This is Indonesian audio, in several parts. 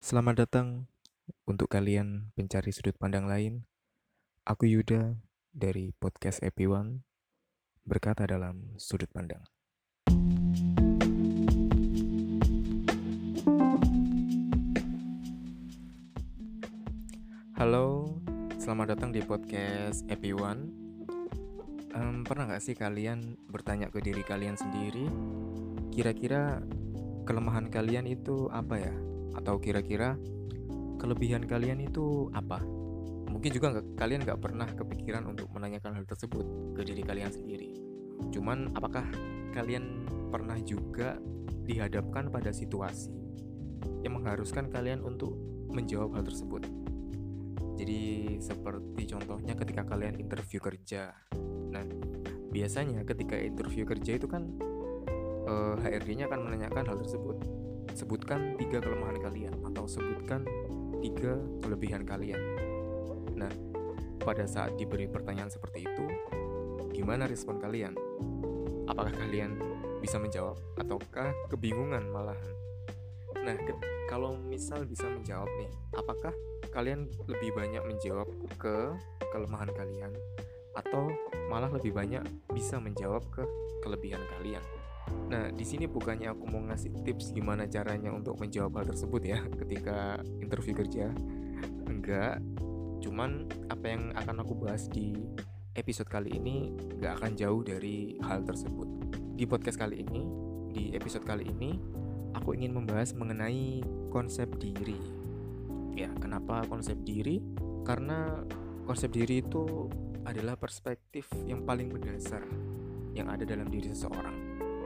Selamat datang untuk kalian pencari sudut pandang lain. Aku Yuda dari podcast EP1 berkata dalam sudut pandang. Halo, selamat datang di podcast EP1. Pernah gak sih kalian bertanya ke diri kalian sendiri, kira-kira kelemahan kalian itu apa ya? Atau kira-kira kelebihan kalian itu apa? Mungkin juga kalian gak pernah kepikiran untuk menanyakan hal tersebut ke diri kalian sendiri. Cuman apakah kalian pernah juga dihadapkan pada situasi yang mengharuskan kalian untuk menjawab hal tersebut? Jadi seperti contohnya ketika kalian interview kerja. Nah, biasanya ketika interview kerja itu kan HRD-nya akan menanyakan hal tersebut. Sebutkan 3 kelemahan kalian atau sebutkan 3 kelebihan kalian. Nah, pada saat diberi pertanyaan seperti itu, gimana respon kalian? Apakah kalian bisa menjawab ataukah kebingungan malahan? Nah, kalau misal bisa menjawab nih, apakah kalian lebih banyak menjawab ke kelemahan kalian atau malah lebih banyak bisa menjawab ke kelebihan kalian? Nah, di sini bukannya aku mau ngasih tips gimana caranya untuk menjawab hal tersebut ya ketika interview kerja. Enggak, cuman apa yang akan aku bahas di episode kali ini gak akan jauh dari hal tersebut. Di podcast kali ini, di episode kali ini, aku ingin membahas mengenai konsep diri. Ya, kenapa konsep diri? Karena konsep diri itu adalah perspektif yang paling mendasar yang ada dalam diri seseorang.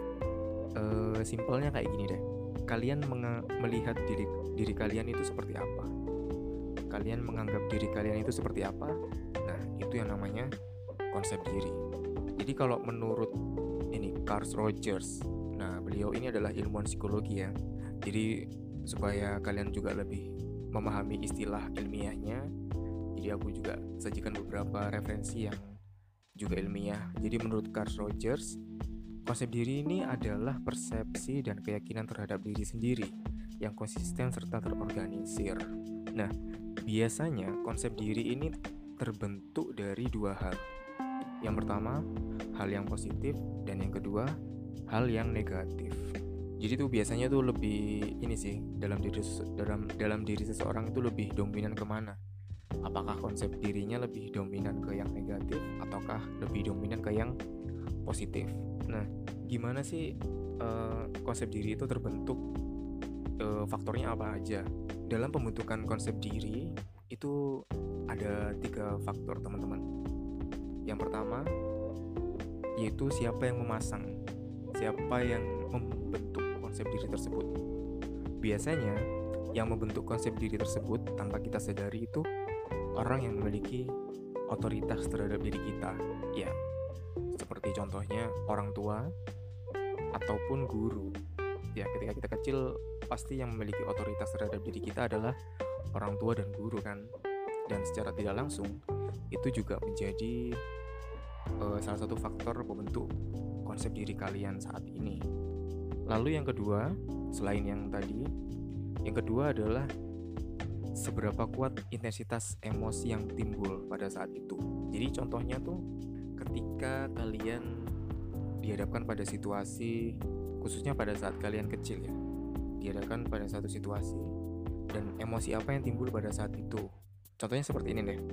Simpelnya kayak gini deh. Kalian melihat diri kalian itu seperti apa? Kalian menganggap diri kalian itu seperti apa? Nah, itu yang namanya konsep diri. Jadi kalau menurut Carl Rogers, nah beliau ini adalah ilmuwan psikologi ya. Jadi supaya kalian juga lebih memahami istilah ilmiahnya, jadi aku juga sajikan beberapa referensi yang juga ilmiah. Jadi menurut Carl Rogers, konsep diri ini adalah persepsi dan keyakinan terhadap diri sendiri yang konsisten serta terorganisir. Nah, biasanya konsep diri ini terbentuk dari 2 hal. Yang pertama, hal yang positif, dan yang kedua, hal yang negatif. Jadi tuh biasanya tuh lebih dalam diri seseorang itu lebih dominan kemana? Apakah konsep dirinya lebih dominan ke yang negatif ataukah lebih dominan ke yang positif? Nah, gimana sih konsep diri itu terbentuk? Faktornya apa aja? Dalam pembentukan konsep diri itu ada 3 faktor, teman-teman. Yang pertama yaitu siapa yang memasang, siapa yang membentuk konsep diri tersebut. Biasanya yang membentuk konsep diri tersebut tanpa kita sadari itu orang yang memiliki otoritas terhadap diri kita. Ya, seperti contohnya orang tua ataupun guru. Ya, ketika kita kecil pasti yang memiliki otoritas terhadap diri kita adalah orang tua dan guru kan. Dan secara tidak langsung itu juga menjadi salah satu faktor pembentuk konsep diri kalian saat ini. Lalu yang kedua, selain yang tadi, yang kedua adalah seberapa kuat intensitas emosi yang timbul pada saat itu. Jadi contohnya tuh ketika kalian dihadapkan pada situasi, khususnya pada saat kalian kecil ya, dihadapkan pada satu situasi dan emosi apa yang timbul pada saat itu. Contohnya seperti ini deh.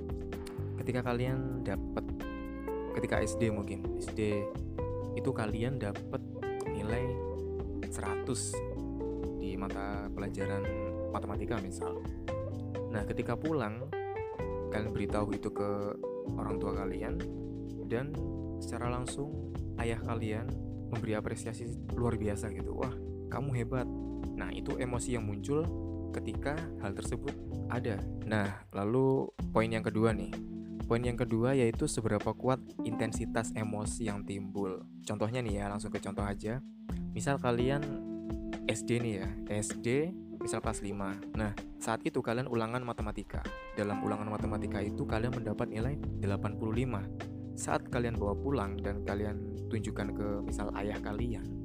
Ketika SD itu kalian dapat nilai 100 di mata pelajaran matematika misal. Nah, ketika pulang kalian beritahu itu ke orang tua kalian dan secara langsung ayah kalian memberi apresiasi luar biasa gitu. Wah, kamu hebat. Nah, itu emosi yang muncul ketika hal tersebut ada. Nah, lalu poin yang kedua nih. Poin yang kedua yaitu seberapa kuat intensitas emosi yang timbul. Contohnya nih ya, langsung ke contoh aja. Misal kalian SD nih ya, SD misal kelas 5. Nah, saat itu kalian ulangan matematika. Dalam ulangan matematika itu kalian mendapat nilai 85. Saat kalian bawa pulang dan kalian tunjukkan ke misal ayah kalian,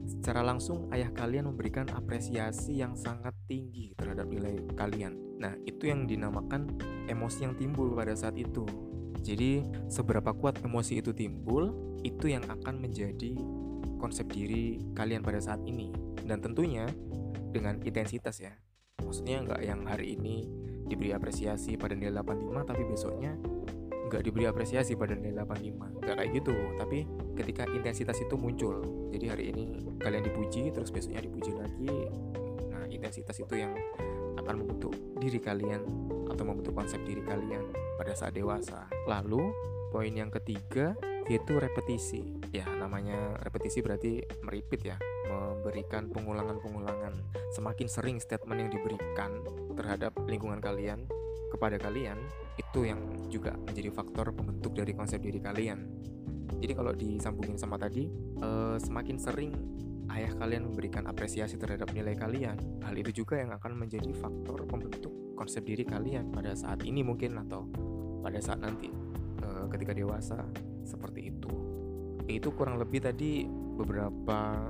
secara langsung ayah kalian memberikan apresiasi yang sangat tinggi terhadap nilai kalian. Nah, itu yang dinamakan emosi yang timbul pada saat itu. Jadi, seberapa kuat emosi itu timbul, itu yang akan menjadi konsep diri kalian pada saat ini. Dan tentunya dengan intensitas ya. Maksudnya nggak yang hari ini diberi apresiasi pada nilai 85, tapi besoknya nggak diberi apresiasi pada nilai 85. Nggak kayak gitu, tapi ketika intensitas itu muncul. Jadi hari ini kalian dipuji, terus besoknya dipuji lagi. Nah, intensitas itu yang akan membentuk diri kalian atau membentuk konsep diri kalian pada saat dewasa. Lalu, poin yang ketiga yaitu repetisi. Ya, namanya repetisi berarti meripit ya, memberikan pengulangan-pengulangan. Semakin sering statement yang diberikan terhadap lingkungan kalian kepada kalian, itu yang juga menjadi faktor pembentuk dari konsep diri kalian. Jadi kalau disambungin sama tadi, semakin sering ayah kalian memberikan apresiasi terhadap nilai kalian, hal itu juga yang akan menjadi faktor pembentuk konsep diri kalian pada saat ini mungkin, atau pada saat nanti ketika dewasa, seperti itu. Itu kurang lebih tadi beberapa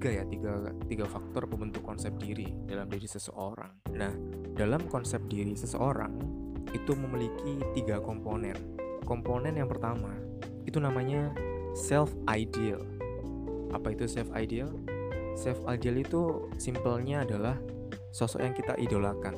tiga faktor pembentuk konsep diri dalam diri seseorang. Nah, dalam konsep diri seseorang itu memiliki 3 komponen. Komponen yang pertama itu namanya self ideal. Apa itu self ideal? Self ideal itu simpelnya adalah sosok yang kita idolakan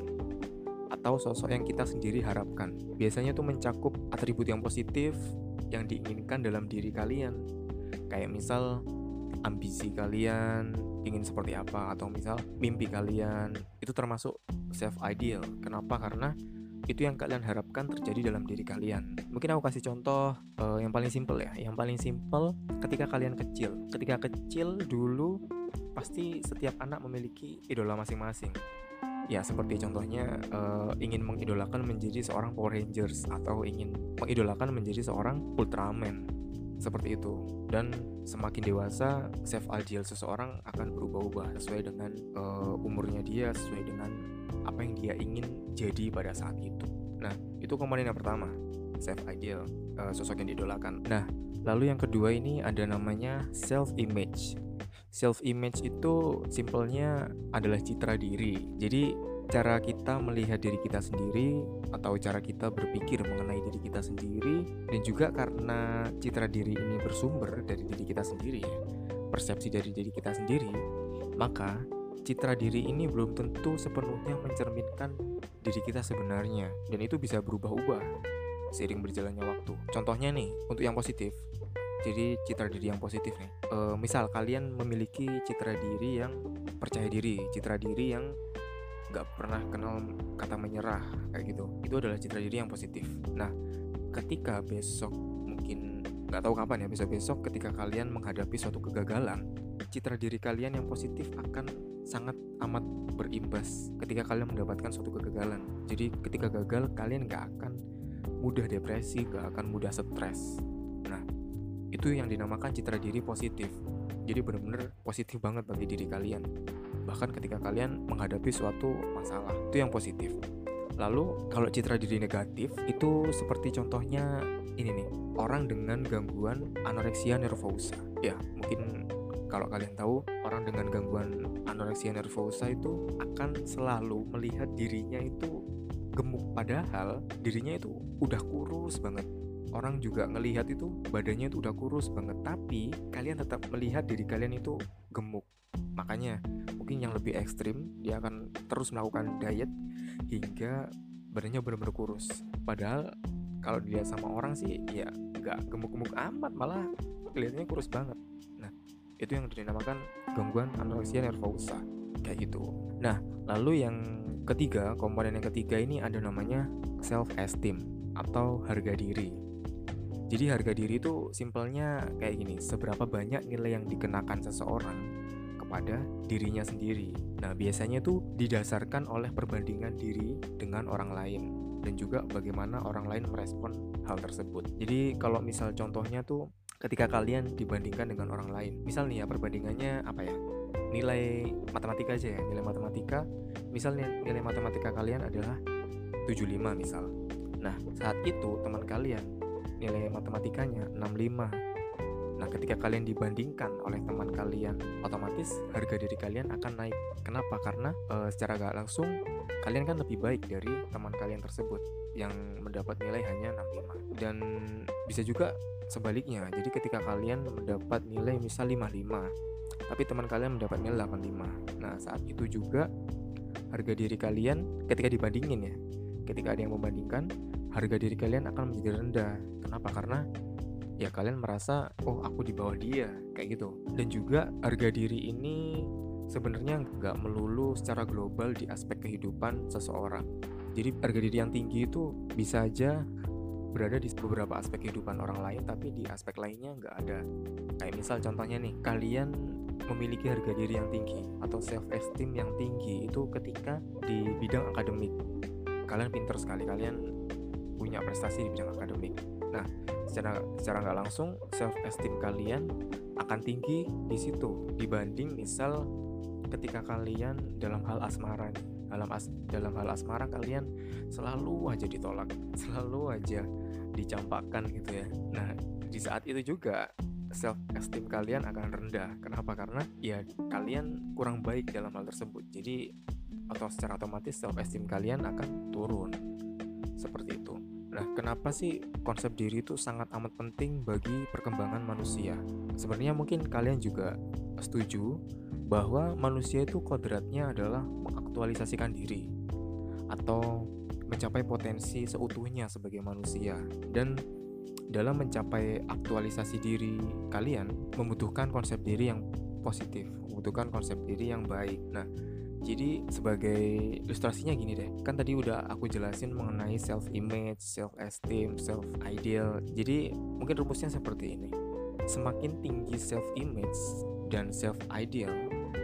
atau sosok yang kita sendiri harapkan. Biasanya itu mencakup atribut yang positif yang diinginkan dalam diri kalian. Kayak misal ambisi kalian ingin seperti apa, atau misal mimpi kalian, itu termasuk self ideal. Kenapa? Karena itu yang kalian harapkan terjadi dalam diri kalian. Mungkin aku kasih contoh yang paling simpel ya. Yang paling simpel ketika kalian kecil. Ketika kecil dulu pasti setiap anak memiliki idola masing-masing. Ya, seperti contohnya ingin mengidolakan menjadi seorang Power Rangers atau ingin mengidolakan menjadi seorang Ultraman. Seperti itu. Dan semakin dewasa, self ideal seseorang akan berubah-ubah sesuai dengan umurnya dia, sesuai dengan apa yang dia ingin jadi pada saat itu. Nah, itu komponen yang pertama, self ideal, sosok yang diidolakan. Nah, lalu yang kedua ini ada namanya self image. Self image itu simpelnya adalah citra diri. Jadi cara kita melihat diri kita sendiri atau cara kita berpikir mengenai diri kita sendiri, dan juga karena citra diri ini bersumber dari diri kita sendiri ya, persepsi dari diri kita sendiri, maka citra diri ini belum tentu sepenuhnya mencerminkan diri kita sebenarnya, dan itu bisa berubah-ubah seiring berjalannya waktu. Contohnya nih, untuk yang positif, jadi citra diri yang positif nih, misal kalian memiliki citra diri yang percaya diri, citra diri yang gak pernah kenal kata menyerah, kayak gitu. Itu adalah citra diri yang positif. Nah, ketika besok, mungkin gak tahu kapan ya, besok ketika kalian menghadapi suatu kegagalan, citra diri kalian yang positif akan sangat amat berimbas ketika kalian mendapatkan suatu kegagalan. Jadi ketika gagal, kalian gak akan mudah depresi, gak akan mudah stres. Nah, itu yang dinamakan citra diri positif. Jadi benar-benar positif banget bagi diri kalian. Bahkan ketika kalian menghadapi suatu masalah, itu yang positif. Lalu kalau citra diri negatif, itu seperti contohnya ini nih, orang dengan gangguan anoreksia nervosa. Ya, mungkin kalau kalian tahu, orang dengan gangguan anoreksia nervosa itu akan selalu melihat dirinya itu gemuk, padahal dirinya itu udah kurus banget. Orang juga ngelihat itu badannya itu udah kurus banget, tapi kalian tetap melihat diri kalian itu gemuk. Makanya mungkin yang lebih ekstrim, dia akan terus melakukan diet hingga badannya benar-benar kurus. Padahal kalau dilihat sama orang sih ya gak gemuk-gemuk amat, malah kelihatannya kurus banget. Nah, itu yang dinamakan gangguan anoreksia nervosa, kayak gitu. Nah, lalu yang ketiga, komponen yang ketiga ini ada namanya self esteem atau harga diri. Jadi harga diri itu simpelnya kayak gini, seberapa banyak nilai yang dikenakan seseorang kepada dirinya sendiri. Nah, biasanya itu didasarkan oleh perbandingan diri dengan orang lain, dan juga bagaimana orang lain merespon hal tersebut. Jadi kalau misal contohnya tuh ketika kalian dibandingkan dengan orang lain, misal nih ya, perbandingannya apa ya, nilai matematika aja ya, nilai matematika, misalnya nilai matematika kalian adalah 75 misal. Nah, saat itu teman kalian nilai matematikanya 65. Nah, ketika kalian dibandingkan oleh teman kalian, otomatis harga diri kalian akan naik. Kenapa? Karena secara gak langsung kalian kan lebih baik dari teman kalian tersebut yang mendapat nilai hanya 65. Dan bisa juga sebaliknya. Jadi ketika kalian mendapat nilai misal 55, tapi teman kalian mendapat nilai 85. Nah, saat itu juga harga diri kalian ketika dibandingin ya, ketika ada yang membandingkan, harga diri kalian akan menjadi rendah. Kenapa? Karena ya kalian merasa, oh aku di bawah dia, kayak gitu. Dan juga harga diri ini sebenarnya nggak melulu secara global di aspek kehidupan seseorang. Jadi harga diri yang tinggi itu bisa aja berada di beberapa aspek kehidupan orang lain, tapi di aspek lainnya nggak ada. Kayak misal contohnya nih, kalian memiliki harga diri yang tinggi atau self esteem yang tinggi itu ketika di bidang akademik. Kalian pintar sekali, kalian punya prestasi di bidang akademik. Nah, secara nggak langsung self esteem kalian akan tinggi di situ dibanding misal ketika kalian dalam hal asmara nih. Dalam hal asmara kalian selalu aja ditolak, selalu aja dicampakkan gitu ya. Nah, di saat itu juga self esteem kalian akan rendah. Kenapa? Karena ya kalian kurang baik dalam hal tersebut. Jadi atau secara otomatis self esteem kalian akan turun. Seperti itu. Nah, kenapa sih konsep diri itu sangat amat penting bagi perkembangan manusia? Sebenarnya mungkin kalian juga setuju bahwa manusia itu kodratnya adalah mengaktualisasikan diri atau mencapai potensi seutuhnya sebagai manusia. Dan dalam mencapai aktualisasi diri kalian membutuhkan konsep diri yang positif, membutuhkan konsep diri yang baik. Nah, jadi sebagai ilustrasinya gini deh, kan tadi udah aku jelasin mengenai self image, self esteem, self ideal. Jadi mungkin rumusnya seperti ini. Semakin tinggi self image dan self ideal,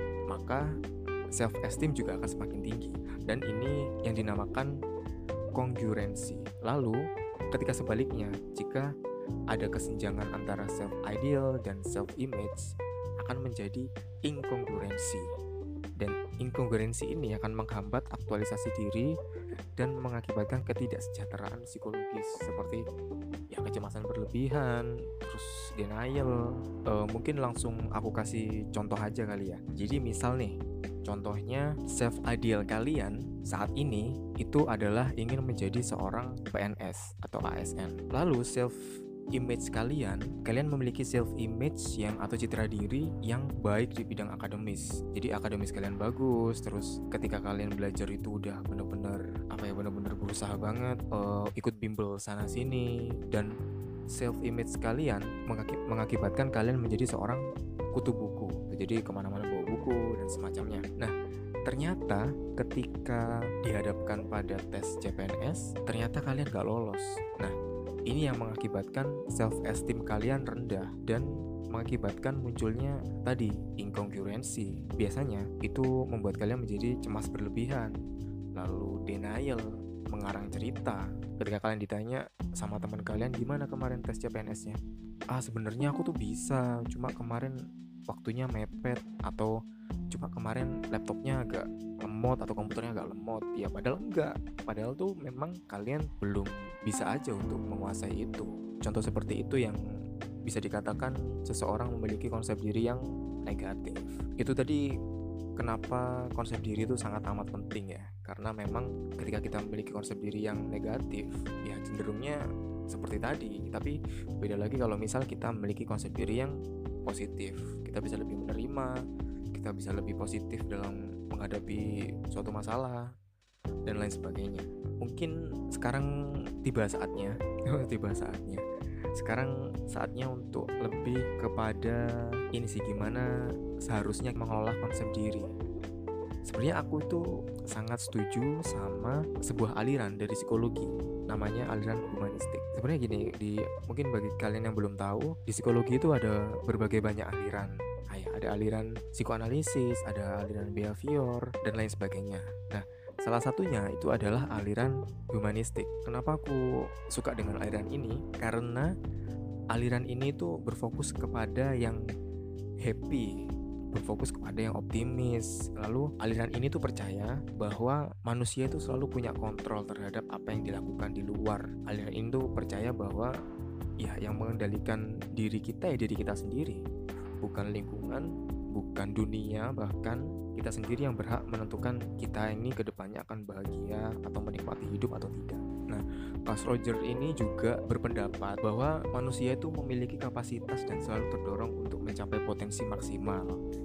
maka self esteem juga akan semakin tinggi. Dan ini yang dinamakan kongruensi. Lalu ketika sebaliknya, jika ada kesenjangan antara self ideal dan self image, akan menjadi inkongruensi. Dan inkongruensi ini akan menghambat aktualisasi diri dan mengakibatkan ketidaksejahteraan psikologis seperti ya kecemasan berlebihan, terus denial. Mungkin langsung aku kasih contoh aja kali ya. Jadi misal nih, contohnya self ideal kalian saat ini itu adalah ingin menjadi seorang PNS atau ASN. Lalu self image kalian memiliki self image yang atau citra diri yang baik di bidang akademis. Jadi akademis kalian bagus, terus ketika kalian belajar itu udah bener-bener berusaha banget, ikut bimbel sana sini, dan self image kalian mengakibatkan kalian menjadi seorang kutu buku. Jadi kemana-mana bawa buku dan semacamnya. Nah, ternyata ketika dihadapkan pada tes CPNS, ternyata kalian gak lolos. Nah, ini yang mengakibatkan self-esteem kalian rendah dan mengakibatkan munculnya tadi inkongruensi. Biasanya itu membuat kalian menjadi cemas berlebihan, lalu denial, mengarang cerita. Ketika kalian ditanya sama teman kalian, gimana kemarin tes CPNS-nya? Sebenarnya aku tuh bisa, cuma kemarin waktunya mepet, atau cuma kemarin laptopnya agak lemot atau komputernya agak lemot. Ya padahal enggak, padahal tuh memang kalian belum bisa aja untuk menguasai itu. Contoh seperti itu yang bisa dikatakan seseorang memiliki konsep diri yang negatif. Itu tadi kenapa konsep diri itu sangat amat penting ya. Karena memang ketika kita memiliki konsep diri yang negatif, ya cenderungnya seperti tadi. Tapi beda lagi kalau misal kita memiliki konsep diri yang positif. Kita bisa lebih menerima, kita bisa lebih positif dalam menghadapi suatu masalah dan lain sebagainya. Mungkin sekarang tiba saatnya sekarang saatnya untuk lebih kepada ini sih, gimana seharusnya mengelola konsep diri. Sebenarnya aku itu sangat setuju sama sebuah aliran dari psikologi, namanya aliran humanistik. Sebenarnya gini, mungkin bagi kalian yang belum tahu, di psikologi itu ada berbagai banyak aliran. Ada aliran psikoanalisis, ada aliran behavior, dan lain sebagainya. Nah, salah satunya itu adalah aliran humanistik. Kenapa aku suka dengan aliran ini? Karena aliran ini tuh berfokus kepada yang happy, berfokus kepada yang optimis. Lalu aliran ini tuh percaya bahwa manusia itu selalu punya kontrol terhadap apa yang dilakukan di luar. Aliran ini tuh percaya bahwa ya yang mengendalikan diri kita ya diri kita sendiri, bukan lingkungan, bukan dunia, bahkan kita sendiri yang berhak menentukan kita ini kedepannya akan bahagia atau menikmati hidup atau tidak. Nah, Carl Rogers ini juga berpendapat bahwa manusia itu memiliki kapasitas dan selalu terdorong untuk mencapai potensi maksimal.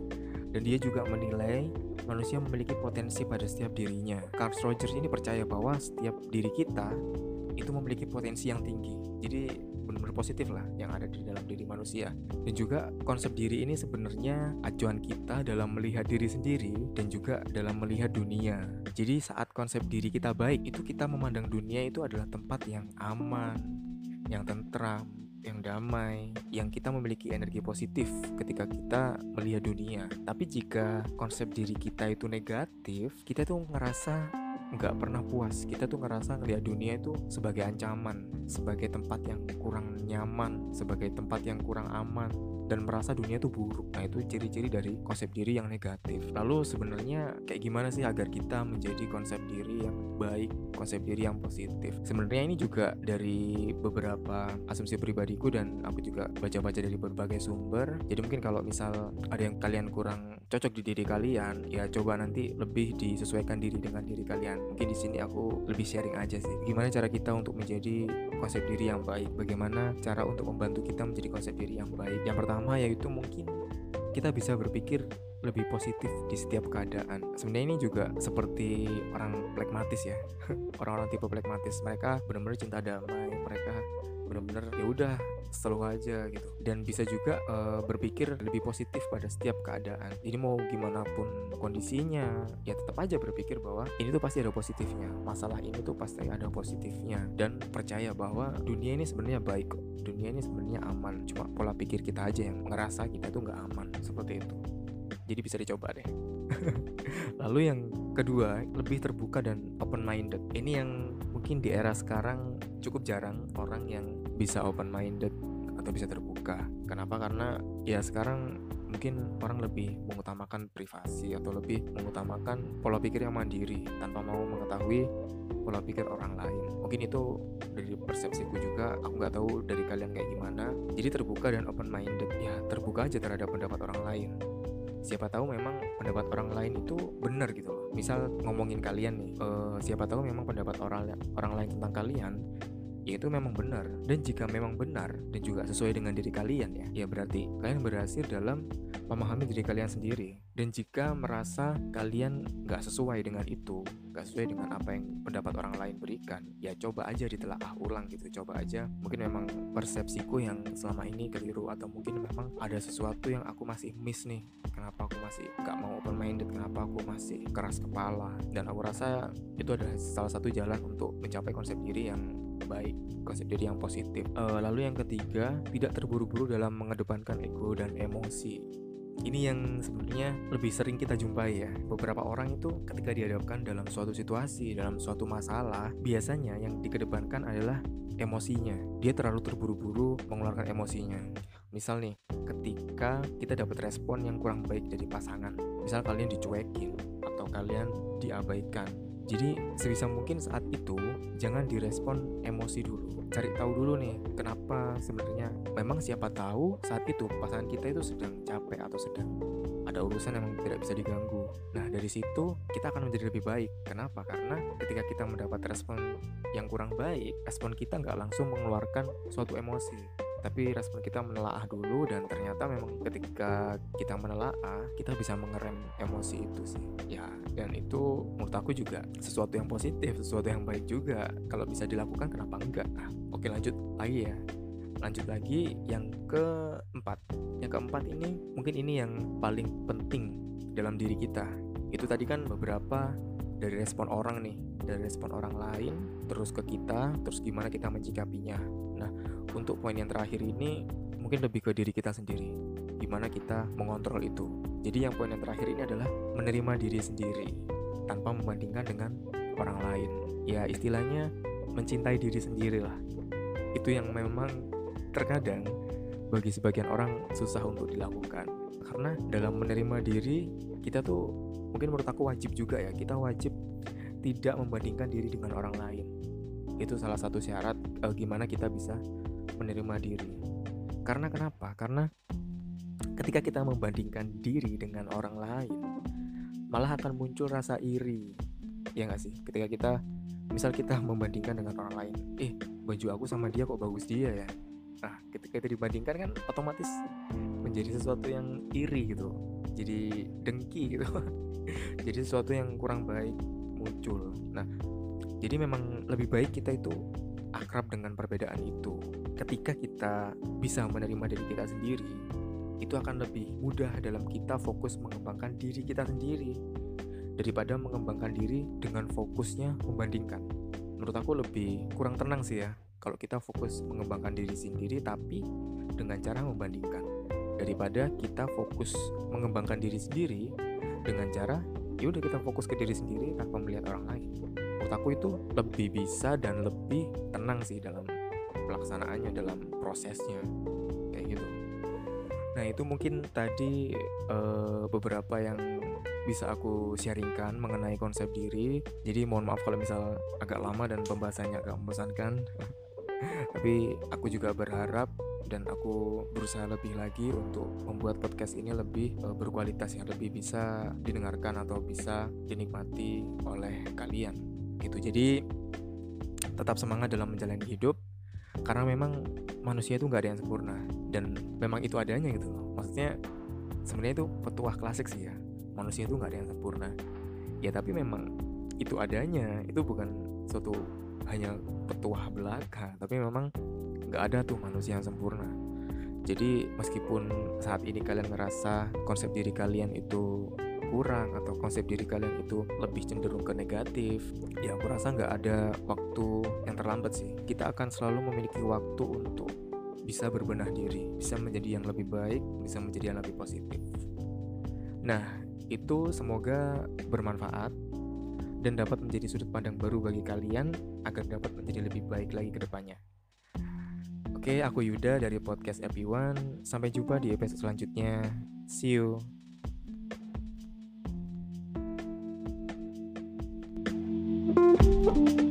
Dan dia juga menilai manusia memiliki potensi pada setiap dirinya. Carl Rogers ini percaya bahwa setiap diri kita itu memiliki potensi yang tinggi. Jadi benar-benar positif lah yang ada di dalam diri manusia. Dan juga konsep diri ini sebenarnya acuan kita dalam melihat diri sendiri dan juga dalam melihat dunia. Jadi saat konsep diri kita baik, itu kita memandang dunia itu adalah tempat yang aman, yang tentram, yang damai, yang kita memiliki energi positif ketika kita melihat dunia. Tapi jika konsep diri kita itu negatif, kita tuh ngerasa nggak pernah puas. Kita tuh ngerasa ngelihat dunia itu sebagai ancaman, sebagai tempat yang kurang nyaman, sebagai tempat yang kurang aman, dan merasa dunia itu buruk. Nah, itu ciri-ciri dari konsep diri yang negatif. Lalu sebenarnya kayak gimana sih agar kita menjadi konsep diri yang baik, konsep diri yang positif? Sebenarnya ini juga dari beberapa asumsi pribadiku dan aku juga baca-baca dari berbagai sumber. Jadi mungkin kalau misal ada yang kalian kurang cocok di diri kalian, ya coba nanti lebih disesuaikan diri dengan diri kalian. Mungkin di sini aku lebih sharing aja sih. Gimana cara kita untuk menjadi konsep diri yang baik? Bagaimana cara untuk membantu kita menjadi konsep diri yang baik? Yang pertama yaitu mungkin kita bisa berpikir lebih positif di setiap keadaan. Sebenarnya ini juga seperti orang pragmatis ya. Orang-orang tipe pragmatis, mereka benar-benar cinta damai, mereka benar-benar ya udah selalu aja gitu. Dan bisa juga berpikir lebih positif pada setiap keadaan. Jadi mau gimana pun kondisinya, ya tetap aja berpikir bahwa ini tuh pasti ada positifnya. Masalah ini tuh pasti ada positifnya, dan percaya bahwa dunia ini sebenarnya baik kok. Dunia ini sebenarnya aman. Cuma pola pikir kita aja yang ngerasa kita tuh nggak aman, seperti itu. Jadi bisa dicoba deh. Lalu yang kedua, lebih terbuka dan open minded. Ini yang mungkin di era sekarang cukup jarang orang yang bisa open minded atau bisa terbuka. Kenapa? Karena ya sekarang mungkin orang lebih mengutamakan privasi atau lebih mengutamakan pola pikir yang mandiri tanpa mau mengetahui pola pikir orang lain. Mungkin itu dari persepsiku juga, aku nggak tahu dari kalian kayak gimana. Jadi terbuka dan open minded, ya terbuka aja terhadap pendapat orang lain. Siapa tahu memang pendapat orang lain itu benar gitu loh. Misal ngomongin kalian nih, siapa tahu memang pendapat orang lain tentang kalian ya itu memang benar. Dan jika memang benar dan juga sesuai dengan diri kalian ya berarti kalian berhasil dalam memahami diri kalian sendiri. Dan jika merasa kalian gak sesuai dengan itu, gak sesuai dengan apa yang pendapat orang lain berikan, ya coba aja ditelaah ulang gitu. Coba aja, mungkin memang persepsiku yang selama ini keliru, atau mungkin memang ada sesuatu yang aku masih miss nih. Kenapa aku masih gak mau open minded, kenapa aku masih keras kepala. Dan aku rasa itu adalah salah satu jalan untuk mencapai konsep diri yang baik, konsep diri yang positif. Lalu yang ketiga, tidak terburu-buru dalam mengedepankan ego dan emosi. Ini yang sebenarnya lebih sering kita jumpai ya. Beberapa orang itu ketika dihadapkan dalam suatu situasi, dalam suatu masalah, biasanya yang dikedepankan adalah emosinya. Dia terlalu terburu-buru mengeluarkan emosinya. Misal nih, ketika kita dapat respon yang kurang baik dari pasangan, misal kalian dicuekin atau kalian diabaikan, jadi sebisa mungkin saat itu jangan direspon emosi dulu. Cari tahu dulu nih kenapa sebenarnya. Memang siapa tahu saat itu pasangan kita itu sedang capek atau sedang ada urusan yang tidak bisa diganggu. Nah dari situ kita akan menjadi lebih baik. Kenapa? Karena ketika kita mendapat respon yang kurang baik, respon kita nggak langsung mengeluarkan suatu emosi, tapi respon kita menelaah dulu. Dan ternyata memang ketika kita menelaah, kita bisa mengerem emosi itu sih ya. Dan itu menurut aku juga sesuatu yang positif, sesuatu yang baik juga. Kalau bisa dilakukan kenapa enggak. Nah, oke, lanjut lagi ya. Lanjut lagi yang keempat. Yang keempat ini mungkin ini yang paling penting dalam diri kita. Itu tadi kan beberapa dari respon orang nih, dari respon orang lain terus ke kita, terus gimana kita menyikapinya. Nah, untuk poin yang terakhir ini mungkin lebih ke diri kita sendiri, gimana kita mengontrol itu. Jadi yang poin yang terakhir ini adalah menerima diri sendiri tanpa membandingkan dengan orang lain. Ya istilahnya mencintai diri sendiri lah. Itu yang memang terkadang bagi sebagian orang susah untuk dilakukan. Karena dalam menerima diri, kita tuh mungkin menurut aku wajib juga ya, kita wajib tidak membandingkan diri dengan orang lain. Itu salah satu syarat gimana kita bisa menerima diri. Karena kenapa? Karena ketika kita membandingkan diri dengan orang lain, malah akan muncul rasa iri. Ya nggak sih? Ketika misal kita membandingkan dengan orang lain, baju aku sama dia kok bagus dia ya. Nah, ketika itu dibandingkan kan otomatis menjadi sesuatu yang iri gitu, jadi dengki gitu. Jadi sesuatu yang kurang baik muncul. Nah, jadi memang lebih baik kita itu akrab dengan perbedaan itu. Ketika kita bisa menerima diri kita sendiri, itu akan lebih mudah dalam kita fokus mengembangkan diri kita sendiri daripada mengembangkan diri dengan fokusnya membandingkan. Menurut aku lebih kurang tenang sih ya kalau kita fokus mengembangkan diri sendiri tapi dengan cara membandingkan, daripada kita fokus mengembangkan diri sendiri dengan cara ya udah kita fokus ke diri sendiri tanpa melihat orang lain. Menurut aku itu lebih bisa dan lebih tenang sih dalam pelaksanaannya, dalam prosesnya kayak gitu. Nah, itu mungkin tadi beberapa yang bisa aku sharingkan mengenai konsep diri. Jadi mohon maaf kalau misal agak lama dan pembahasannya agak membosankan. Tapi aku juga berharap dan aku berusaha lebih lagi untuk membuat podcast ini lebih berkualitas, yang lebih bisa didengarkan atau bisa dinikmati oleh kalian gitu. Jadi tetap semangat dalam menjalani hidup, karena memang manusia itu nggak ada yang sempurna dan memang itu adanya gitu loh. Maksudnya sebenarnya itu petuah klasik sih ya, manusia itu nggak ada yang sempurna ya, tapi memang itu adanya. Itu bukan suatu hanya petuah belaka, tapi memang nggak ada tuh manusia yang sempurna. Jadi meskipun saat ini kalian ngerasa konsep diri kalian itu kurang atau konsep diri kalian itu lebih cenderung ke negatif, ya aku rasa nggak ada waktu yang terlambat sih. Kita akan selalu memiliki waktu untuk bisa berbenah diri, bisa menjadi yang lebih baik, bisa menjadi yang lebih positif. Nah, itu semoga bermanfaat dan dapat menjadi sudut pandang baru bagi kalian agar dapat menjadi lebih baik lagi ke depannya. Oke, aku Yuda dari podcast FP1. Sampai jumpa di episode selanjutnya. See you.